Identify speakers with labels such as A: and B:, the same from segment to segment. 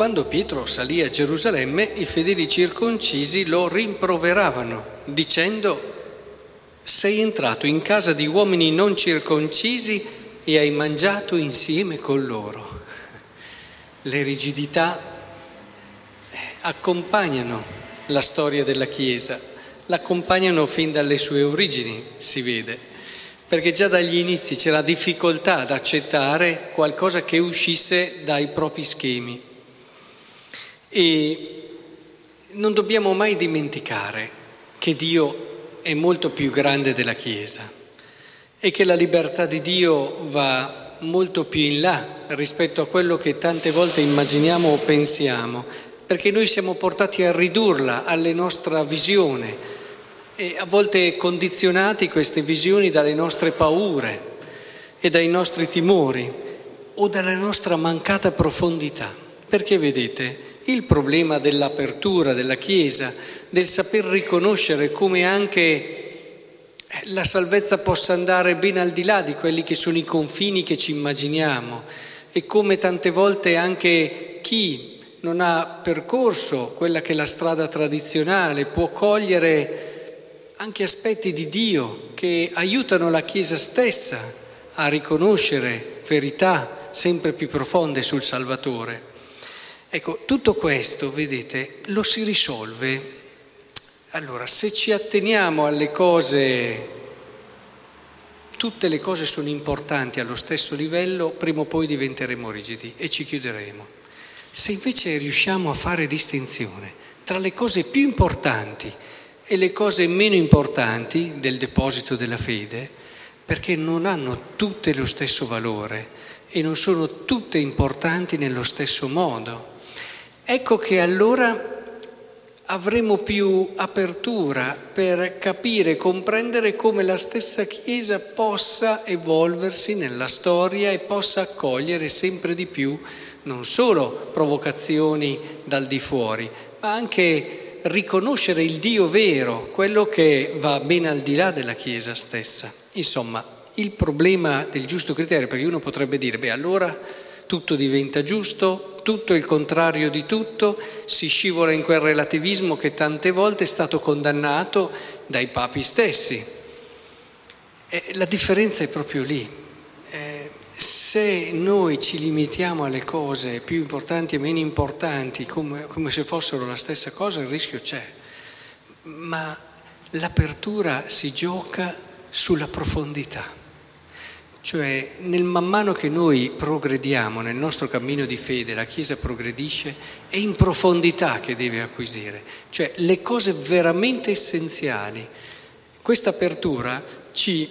A: quando Pietro salì a Gerusalemme, i fedeli circoncisi lo rimproveravano, dicendo: sei entrato in casa di uomini non circoncisi e hai mangiato insieme con loro. Le rigidità accompagnano la storia della Chiesa, l'accompagnano fin dalle sue origini, si vede, perché già dagli inizi c'era difficoltà ad accettare qualcosa che uscisse dai propri schemi. E non dobbiamo mai dimenticare che Dio è molto più grande della Chiesa e che la libertà di Dio va molto più in là rispetto a quello che tante volte immaginiamo o pensiamo, perché noi siamo portati a ridurla alla nostra visione e a volte condizionati queste visioni dalle nostre paure e dai nostri timori o dalla nostra mancata profondità. Perché vedete, il problema dell'apertura della Chiesa, del saper riconoscere come anche la salvezza possa andare ben al di là di quelli che sono i confini che ci immaginiamo e come tante volte anche chi non ha percorso quella che è la strada tradizionale può cogliere anche aspetti di Dio che aiutano la Chiesa stessa a riconoscere verità sempre più profonde sul Salvatore. Ecco, tutto questo, vedete, lo si risolve. Allora, se ci atteniamo alle cose, tutte le cose sono importanti allo stesso livello, prima o poi diventeremo rigidi e ci chiuderemo. Se invece riusciamo a fare distinzione tra le cose più importanti e le cose meno importanti del deposito della fede, perché non hanno tutte lo stesso valore e non sono tutte importanti nello stesso modo, ecco che allora avremo più apertura per capire e comprendere come la stessa Chiesa possa evolversi nella storia e possa accogliere sempre di più non solo provocazioni dal di fuori, ma anche riconoscere il Dio vero, quello che va ben al di là della Chiesa stessa. Insomma, il problema del giusto criterio, perché uno potrebbe dire, beh, allora tutto diventa giusto, tutto è il contrario di tutto, si scivola in quel relativismo che tante volte è stato condannato dai papi stessi. La differenza è proprio lì. Se noi ci limitiamo alle cose più importanti e meno importanti come se fossero la stessa cosa, il rischio c'è. Ma l'apertura si gioca sulla profondità. Cioè, man mano che noi progrediamo nel nostro cammino di fede, la Chiesa progredisce, è in profondità che deve acquisire, cioè le cose veramente essenziali. Questa apertura ci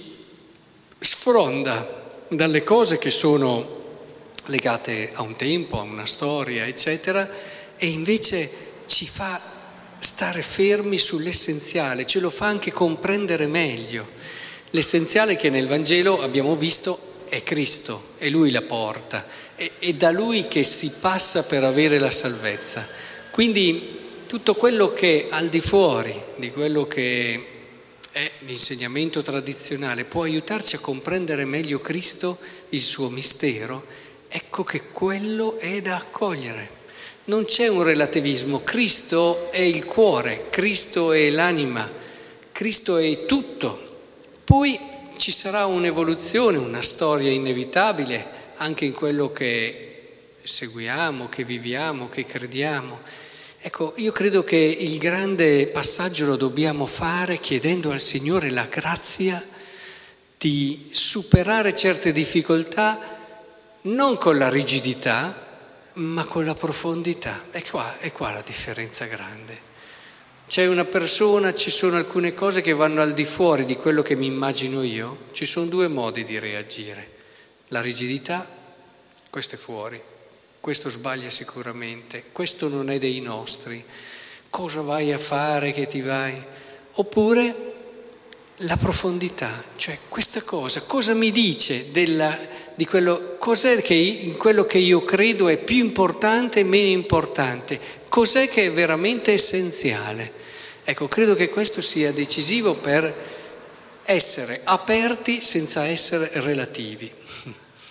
A: sfronda dalle cose che sono legate a un tempo, a una storia, eccetera, e invece ci fa stare fermi sull'essenziale, ce lo fa anche comprendere meglio. L'essenziale che nel Vangelo abbiamo visto è Cristo, è Lui la porta, è da Lui che si passa per avere la salvezza. Quindi tutto quello che al di fuori di quello che è l'insegnamento tradizionale può aiutarci a comprendere meglio Cristo, il suo mistero, ecco che quello è da accogliere. Non c'è un relativismo, Cristo è il cuore, Cristo è l'anima, Cristo è tutto. Poi ci sarà un'evoluzione, una storia inevitabile anche in quello che seguiamo, che viviamo, che crediamo. Ecco, io credo che il grande passaggio lo dobbiamo fare chiedendo al Signore la grazia di superare certe difficoltà non con la rigidità, ma con la profondità. È qua la differenza grande. C'è una persona, ci sono alcune cose che vanno al di fuori di quello che mi immagino io, ci sono due modi di reagire. La rigidità, questo è fuori, questo sbaglia sicuramente, questo non è dei nostri, cosa vai a fare che ti vai? Oppure la profondità, cioè questa cosa mi dice di quello, cos'è che in quello che io credo è più importante e meno importante, cos'è che è veramente essenziale. Ecco, credo che questo sia decisivo per essere aperti senza essere relativi.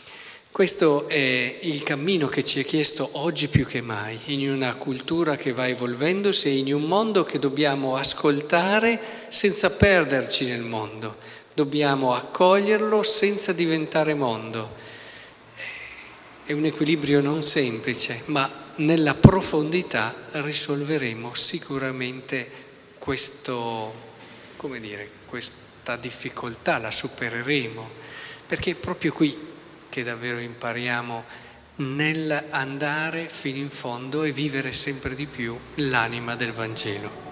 A: Questo è il cammino che ci è chiesto oggi più che mai, in una cultura che va evolvendosi e in un mondo che dobbiamo ascoltare senza perderci nel mondo, dobbiamo accoglierlo senza diventare mondo. È un equilibrio non semplice, ma nella profondità risolveremo sicuramente questa difficoltà, la supereremo, perché è proprio qui che davvero impariamo nell'andare fino in fondo e vivere sempre di più l'anima del Vangelo.